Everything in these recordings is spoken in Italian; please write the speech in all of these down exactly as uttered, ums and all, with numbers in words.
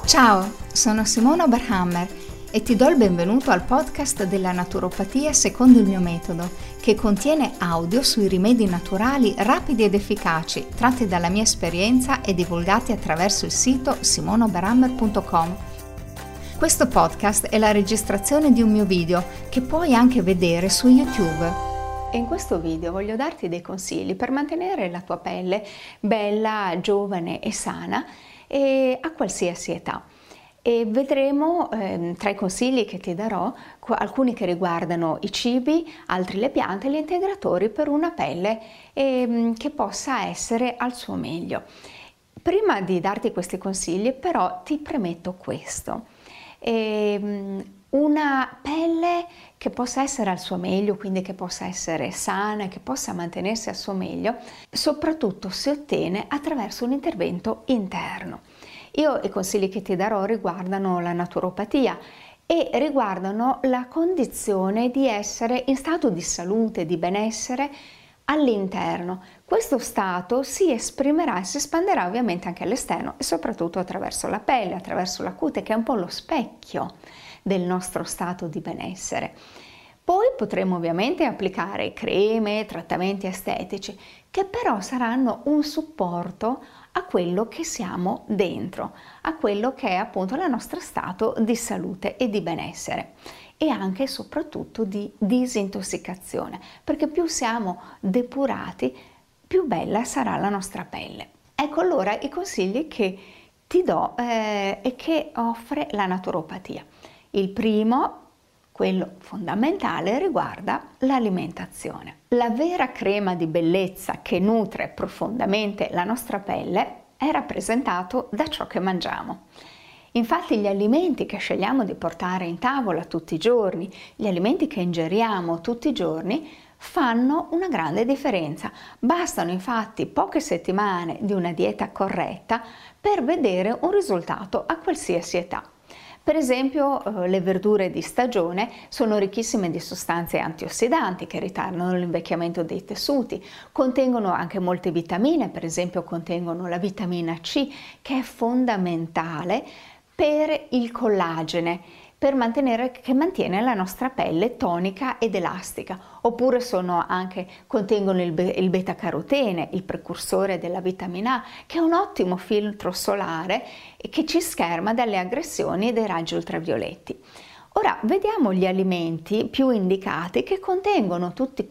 Ciao, sono Simona Oberhammer e ti do il benvenuto al podcast della naturopatia secondo il mio metodo, che contiene audio sui rimedi naturali rapidi ed efficaci, tratti dalla mia esperienza e divulgati attraverso il sito simona oberhammer punto com. Questo podcast è la registrazione di un mio video che puoi anche vedere su YouTube. E in questo video voglio darti dei consigli per mantenere la tua pelle bella, giovane e sana e a qualsiasi età. E vedremo eh, tra i consigli che ti darò alcuni che riguardano i cibi, altri le piante e gli integratori per una pelle eh, che possa essere al suo meglio. Prima di darti questi consigli però ti premetto questo. Eh, una pelle che possa essere al suo meglio, quindi che possa essere sana e che possa mantenersi al suo meglio, soprattutto si ottiene attraverso un intervento interno. Io i consigli che ti darò riguardano la naturopatia e riguardano la condizione di essere in stato di salute, di benessere all'interno. Questo stato si esprimerà e si espanderà ovviamente anche all'esterno e soprattutto attraverso la pelle, attraverso la cute, che è un po' lo specchio del nostro stato di benessere. Poi potremo ovviamente applicare creme, trattamenti estetici, che però saranno un supporto a quello che siamo dentro, a quello che è appunto il nostro stato di salute e di benessere e anche e soprattutto di disintossicazione, perché più siamo depurati, più bella sarà la nostra pelle. Ecco allora i consigli che ti do eh, e che offre la naturopatia. Il primo, quello fondamentale, riguarda l'alimentazione. La vera crema di bellezza che nutre profondamente la nostra pelle è rappresentato da ciò che mangiamo. Infatti gli alimenti che scegliamo di portare in tavola tutti i giorni, gli alimenti che ingeriamo tutti i giorni, fanno una grande differenza. Bastano infatti poche settimane di una dieta corretta per vedere un risultato a qualsiasi età. Per esempio eh, le verdure di stagione sono ricchissime di sostanze antiossidanti che ritardano l'invecchiamento dei tessuti, contengono anche molte vitamine, per esempio contengono la vitamina C che è fondamentale per il collagene, per mantenere, che mantiene la nostra pelle tonica ed elastica, oppure sono anche, contengono il, be, il beta-carotene, il precursore della vitamina A, che è un ottimo filtro solare e che ci scherma dalle aggressioni dei raggi ultravioletti. Ora vediamo gli alimenti più indicati che contengono tutte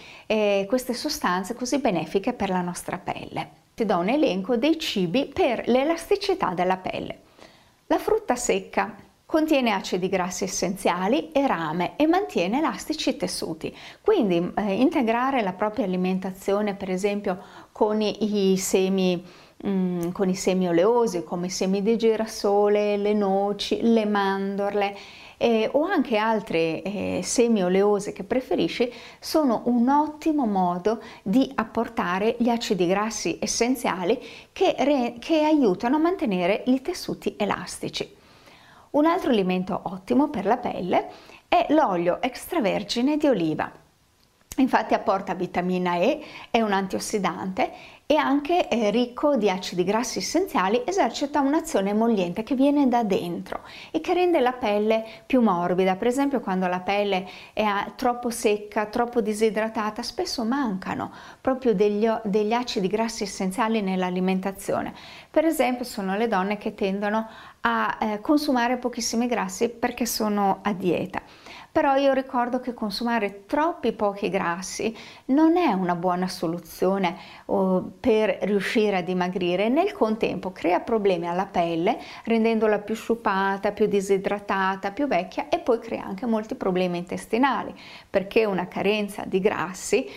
eh, queste sostanze così benefiche per la nostra pelle. Ti do un elenco dei cibi per l'elasticità della pelle. La frutta secca contiene acidi grassi essenziali e rame e mantiene elastici i tessuti. Quindi eh, integrare la propria alimentazione, per esempio con i, i semi mm, con i semi oleosi, come i semi di girasole, le noci, le mandorle eh, o anche altre eh, semi oleose che preferisci, sono un ottimo modo di apportare gli acidi grassi essenziali che, re, che aiutano a mantenere i tessuti elastici. Un altro alimento ottimo per la pelle è l'olio extravergine di oliva. Infatti apporta vitamina E, è un antiossidante e anche è ricco di acidi grassi essenziali, esercita un'azione emolliente che viene da dentro e che rende la pelle più morbida. Per esempio quando la pelle è troppo secca, troppo disidratata, spesso mancano proprio degli, degli acidi grassi essenziali nell'alimentazione. Per esempio sono le donne che tendono a eh, consumare pochissimi grassi perché sono a dieta. Però io ricordo che consumare troppi pochi grassi non è una buona soluzione oh, per riuscire a dimagrire. Nel contempo crea problemi alla pelle, rendendola più sciupata, più disidratata, più vecchia, e poi crea anche molti problemi intestinali, perché una carenza di grassi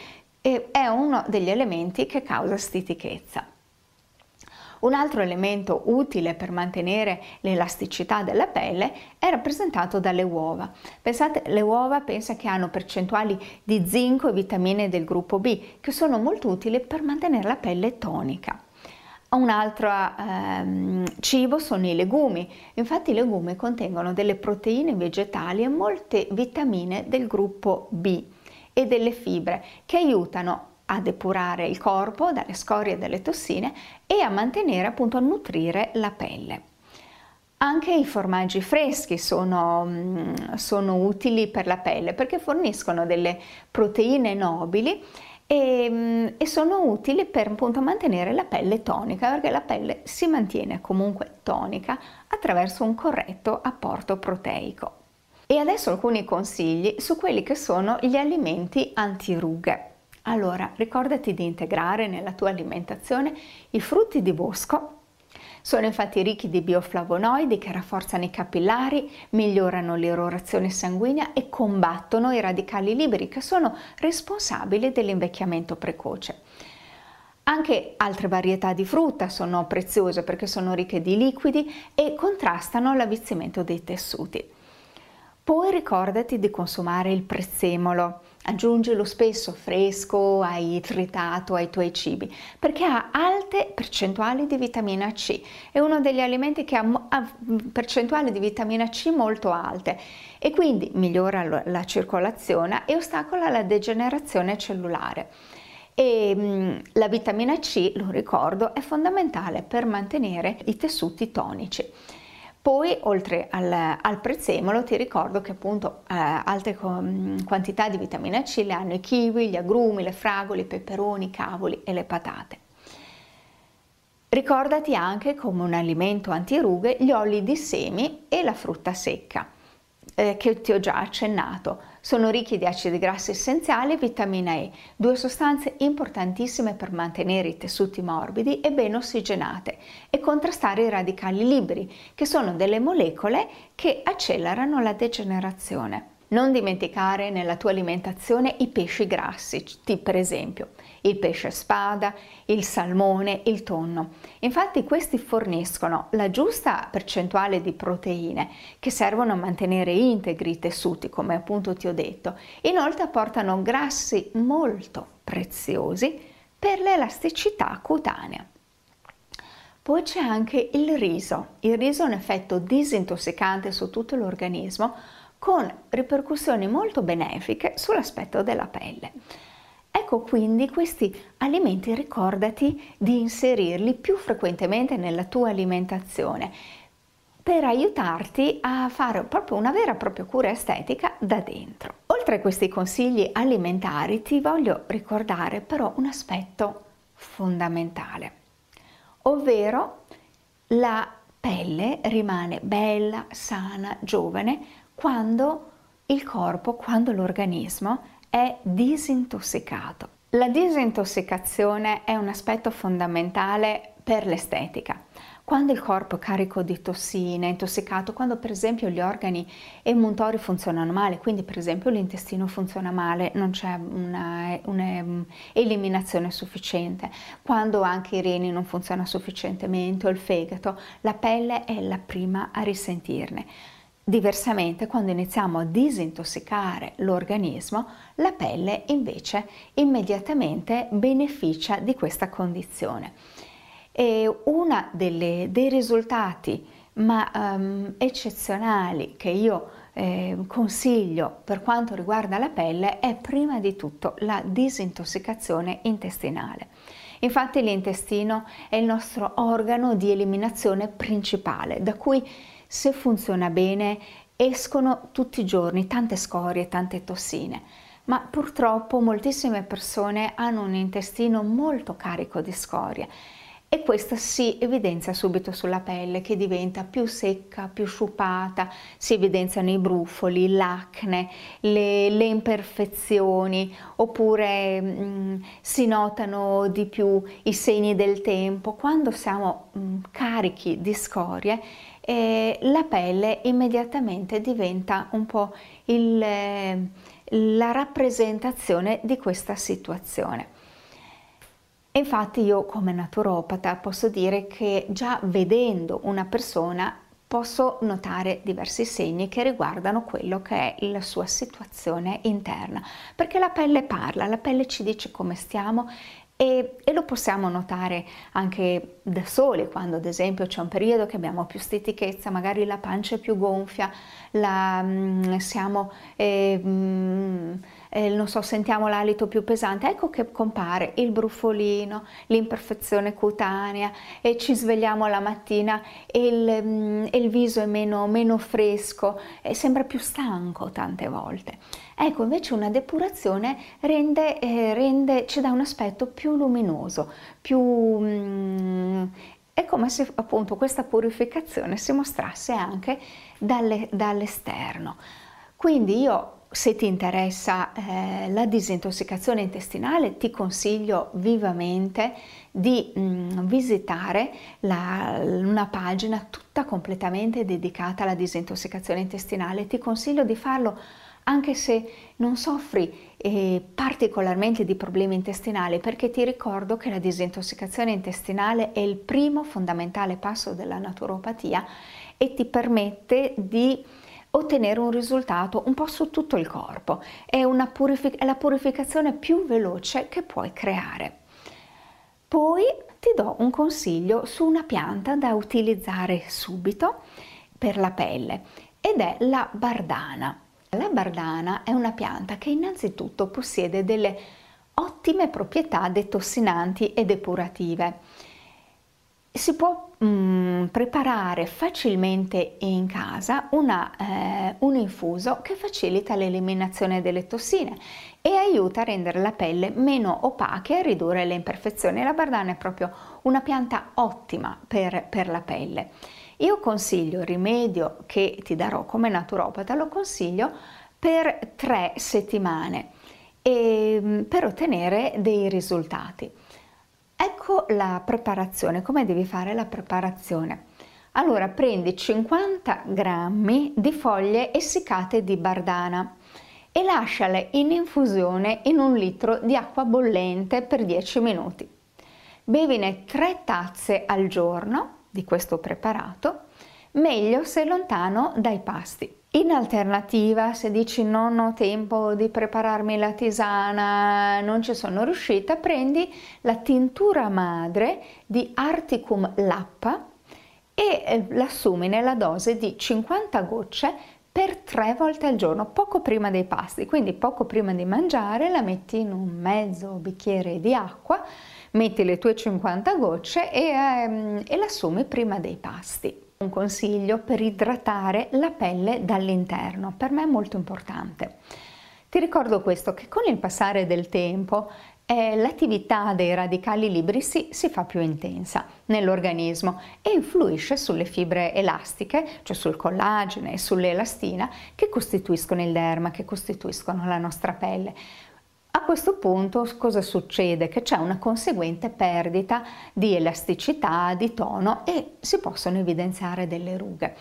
è uno degli elementi che causa stitichezza. Un altro elemento utile per mantenere l'elasticità della pelle è rappresentato dalle uova. Pensate, le uova pensa che hanno percentuali di zinco e vitamine del gruppo B, che sono molto utili per mantenere la pelle tonica. Un altro ehm, cibo sono i legumi. Infatti i legumi contengono delle proteine vegetali e molte vitamine del gruppo B e delle fibre che aiutano a depurare il corpo dalle scorie e dalle tossine e a mantenere, appunto, a nutrire la pelle. Anche i formaggi freschi sono, sono utili per la pelle perché forniscono delle proteine nobili e, e sono utili per appunto mantenere la pelle tonica, perché la pelle si mantiene comunque tonica attraverso un corretto apporto proteico. E adesso alcuni consigli su quelli che sono gli alimenti antirughe. Allora, ricordati di integrare nella tua alimentazione i frutti di bosco. Sono infatti ricchi di bioflavonoidi che rafforzano i capillari, migliorano l'irrorazione sanguigna e combattono i radicali liberi che sono responsabili dell'invecchiamento precoce. Anche altre varietà di frutta sono preziose perché sono ricche di liquidi e contrastano l'avvizzimento dei tessuti. Poi ricordati di consumare il prezzemolo. Aggiungilo spesso fresco, hai tritato ai tuoi cibi, perché ha alte percentuali di vitamina C. È uno degli alimenti che ha, ha percentuali di vitamina C molto alte e quindi migliora la circolazione e ostacola la degenerazione cellulare. E mh, la vitamina C, lo ricordo, è fondamentale per mantenere i tessuti tonici. Poi, oltre al, al prezzemolo, ti ricordo che appunto eh, alte quantità di vitamina C le hanno i kiwi, gli agrumi, le fragole, i peperoni, i cavoli e le patate. Ricordati anche come un alimento antirughe gli oli di semi e la frutta secca, eh, che ti ho già accennato. Sono ricchi di acidi grassi essenziali e vitamina E, due sostanze importantissime per mantenere i tessuti morbidi e ben ossigenate e contrastare i radicali liberi, che sono delle molecole che accelerano la degenerazione. Non dimenticare nella tua alimentazione i pesci grassi, per esempio il pesce spada, il salmone, il tonno. Infatti questi forniscono la giusta percentuale di proteine che servono a mantenere integri i tessuti, come appunto ti ho detto. Inoltre apportano grassi molto preziosi per l'elasticità cutanea. Poi c'è anche il riso. Il riso ha un effetto disintossicante su tutto l'organismo, con ripercussioni molto benefiche sull'aspetto della pelle. Ecco quindi questi alimenti ricordati di inserirli più frequentemente nella tua alimentazione per aiutarti a fare proprio una vera e propria cura estetica da dentro. Oltre a questi consigli alimentari ti voglio ricordare però un aspetto fondamentale, ovvero la pelle rimane bella, sana, giovane quando il corpo, quando l'organismo è disintossicato. La disintossicazione è un aspetto fondamentale per l'estetica. Quando il corpo è carico di tossine, intossicato, quando per esempio gli organi emuntori funzionano male, quindi per esempio l'intestino funziona male, non c'è una, una eliminazione sufficiente, quando anche i reni non funzionano sufficientemente o il fegato, la pelle è la prima a risentirne. Diversamente, quando iniziamo a disintossicare l'organismo, la pelle invece immediatamente beneficia di questa condizione. E uno dei risultati ma um, eccezionali che io eh, consiglio per quanto riguarda la pelle è prima di tutto la disintossicazione intestinale. Infatti l'intestino è il nostro organo di eliminazione principale, da cui, se funziona bene, escono tutti i giorni tante scorie, tante tossine, ma purtroppo moltissime persone hanno un intestino molto carico di scorie e questo si evidenzia subito sulla pelle, che diventa più secca, più sciupata, si evidenziano i brufoli, l'acne, le, le imperfezioni, oppure mh, si notano di più i segni del tempo. Quando siamo mh, carichi di scorie, e la pelle immediatamente diventa un po' il, la rappresentazione di questa situazione. Infatti io come naturopata posso dire che già vedendo una persona posso notare diversi segni che riguardano quello che è la sua situazione interna, perché la pelle parla, la pelle ci dice come stiamo. E, e lo possiamo notare anche da soli, quando ad esempio c'è un periodo che abbiamo più stitichezza, magari la pancia è più gonfia, la, mh, siamo, eh, mh, eh, non so, sentiamo l'alito più pesante, ecco che compare il brufolino, l'imperfezione cutanea, e ci svegliamo la mattina e il, mm, e il viso è meno, meno fresco, e sembra più stanco tante volte. Ecco, invece una depurazione rende, eh, rende, ci dà un aspetto più luminoso, più... Mm, è come se appunto questa purificazione si mostrasse anche dalle, dall'esterno. Quindi io, se ti interessa eh, la disintossicazione intestinale, ti consiglio vivamente di mh, visitare la, una pagina tutta completamente dedicata alla disintossicazione intestinale. Ti consiglio di farlo anche se non soffri eh, particolarmente di problemi intestinali, perché ti ricordo che la disintossicazione intestinale è il primo fondamentale passo della naturopatia e ti permette di ottenere un risultato un po' su tutto il corpo. È, una purific- è la purificazione più veloce che puoi creare. Poi ti do un consiglio su una pianta da utilizzare subito per la pelle, ed è la bardana. La bardana è una pianta che innanzitutto possiede delle ottime proprietà detossinanti e depurative. Si può mm, preparare facilmente in casa una, eh, un infuso che facilita l'eliminazione delle tossine e aiuta a rendere la pelle meno opaca e a ridurre le imperfezioni. La bardana è proprio una pianta ottima per, per la pelle. Io consiglio il rimedio che ti darò come naturopata, lo consiglio per tre settimane e, per ottenere dei risultati. Ecco la preparazione, come devi fare la preparazione. Allora, prendi cinquanta grammi di foglie essiccate di bardana e lasciale in infusione in un litro di acqua bollente per dieci minuti. Bevine tre tazze al giorno di questo preparato, meglio se lontano dai pasti. In alternativa, se dici non ho tempo di prepararmi la tisana, non ci sono riuscita, prendi la tintura madre di Articum lappa e l'assumi nella dose di cinquanta gocce per tre volte al giorno, poco prima dei pasti. Quindi poco prima di mangiare la metti in un mezzo bicchiere di acqua, metti le tue cinquanta gocce e, ehm, e l'assumi prima dei pasti. Un consiglio per idratare la pelle dall'interno, per me è molto importante. Ti ricordo questo, che con il passare del tempo eh, l'attività dei radicali liberi si, si fa più intensa nell'organismo e influisce sulle fibre elastiche, cioè sul collagene e sull'elastina che costituiscono il derma, che costituiscono la nostra pelle. A questo punto cosa succede? Che c'è una conseguente perdita di elasticità, di tono e si possono evidenziare delle rughe.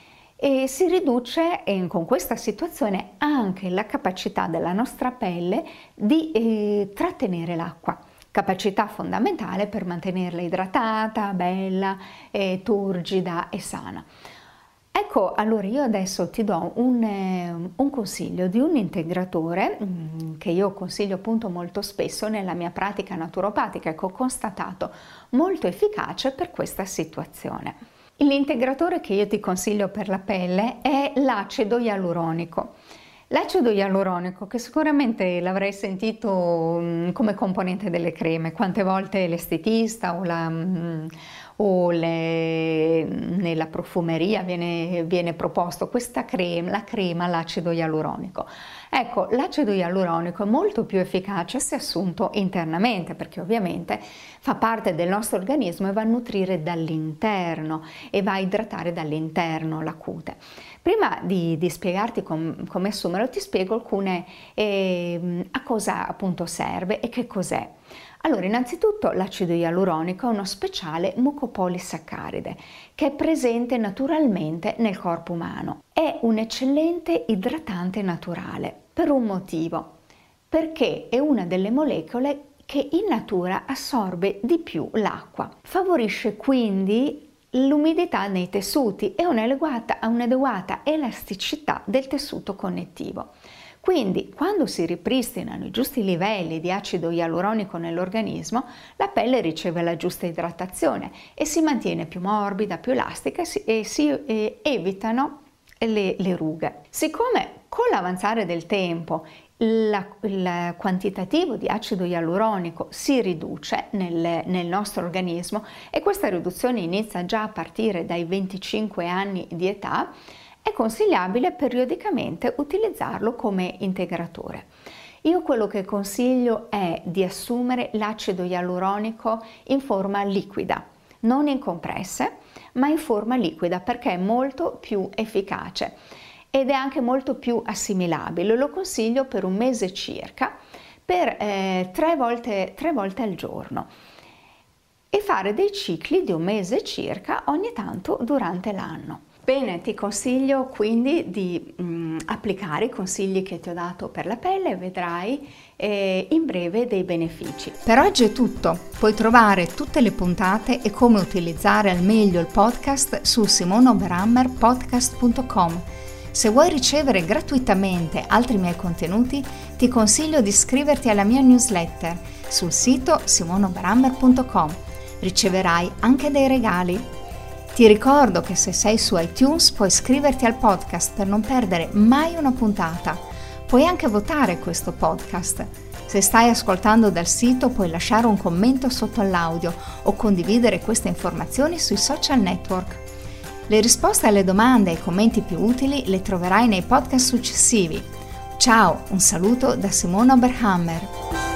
E si riduce eh, con questa situazione anche la capacità della nostra pelle di eh, trattenere l'acqua, capacità fondamentale per mantenerla idratata, bella, eh, turgida e sana. Ecco, allora io adesso ti do un, eh, un consiglio di un integratore mh, che io consiglio appunto molto spesso nella mia pratica naturopatica e che ho constatato molto efficace per questa situazione. L'integratore che io ti consiglio per la pelle è l'acido ialuronico. L'acido ialuronico, che sicuramente l'avrei sentito mh, come componente delle creme, quante volte l'estetista o la... Mh, o le, nella profumeria viene, viene proposto questa crema, la crema all'acido ialuronico. Ecco, l'acido ialuronico è molto più efficace se assunto internamente, perché ovviamente fa parte del nostro organismo e va a nutrire dall'interno e va a idratare dall'interno la cute. Prima di, di spiegarti com, come assumerlo, ti spiego alcune eh, a cosa appunto serve e che cos'è. Allora, innanzitutto l'acido ialuronico è uno speciale mucopolisaccaride che è presente naturalmente nel corpo umano. È un eccellente idratante naturale per un motivo, perché è una delle molecole che in natura assorbe di più l'acqua. Favorisce quindi l'umidità nei tessuti e un'adeguata, un'adeguata elasticità del tessuto connettivo. Quindi, quando si ripristinano i giusti livelli di acido ialuronico nell'organismo, la pelle riceve la giusta idratazione e si mantiene più morbida, più elastica e si, e si e evitano le, le rughe. Siccome con l'avanzare del tempo La, il quantitativo di acido ialuronico si riduce nel, nel nostro organismo e questa riduzione inizia già a partire dai venticinque anni di età. È consigliabile periodicamente utilizzarlo come integratore. Io quello che consiglio è di assumere l'acido ialuronico in forma liquida, non in compresse, ma in forma liquida, perché è molto più efficace ed è anche molto più assimilabile. Lo consiglio per un mese circa, per eh, tre volte, tre volte al giorno, e fare dei cicli di un mese circa ogni tanto durante l'anno. Bene, ti consiglio quindi di mh, applicare i consigli che ti ho dato per la pelle e vedrai eh, in breve dei benefici. Per oggi è tutto. Puoi trovare tutte le puntate e come utilizzare al meglio il podcast su simona oberhammer podcast punto com. Se vuoi ricevere gratuitamente altri miei contenuti, ti consiglio di iscriverti alla mia newsletter sul sito simona oberhammer punto com. Riceverai anche dei regali. Ti ricordo che se sei su iTunes puoi iscriverti al podcast per non perdere mai una puntata. Puoi anche votare questo podcast. Se stai ascoltando dal sito puoi lasciare un commento sotto all'audio o condividere queste informazioni sui social network. Le risposte alle domande e i commenti più utili le troverai nei podcast successivi. Ciao, un saluto da Simona Oberhammer.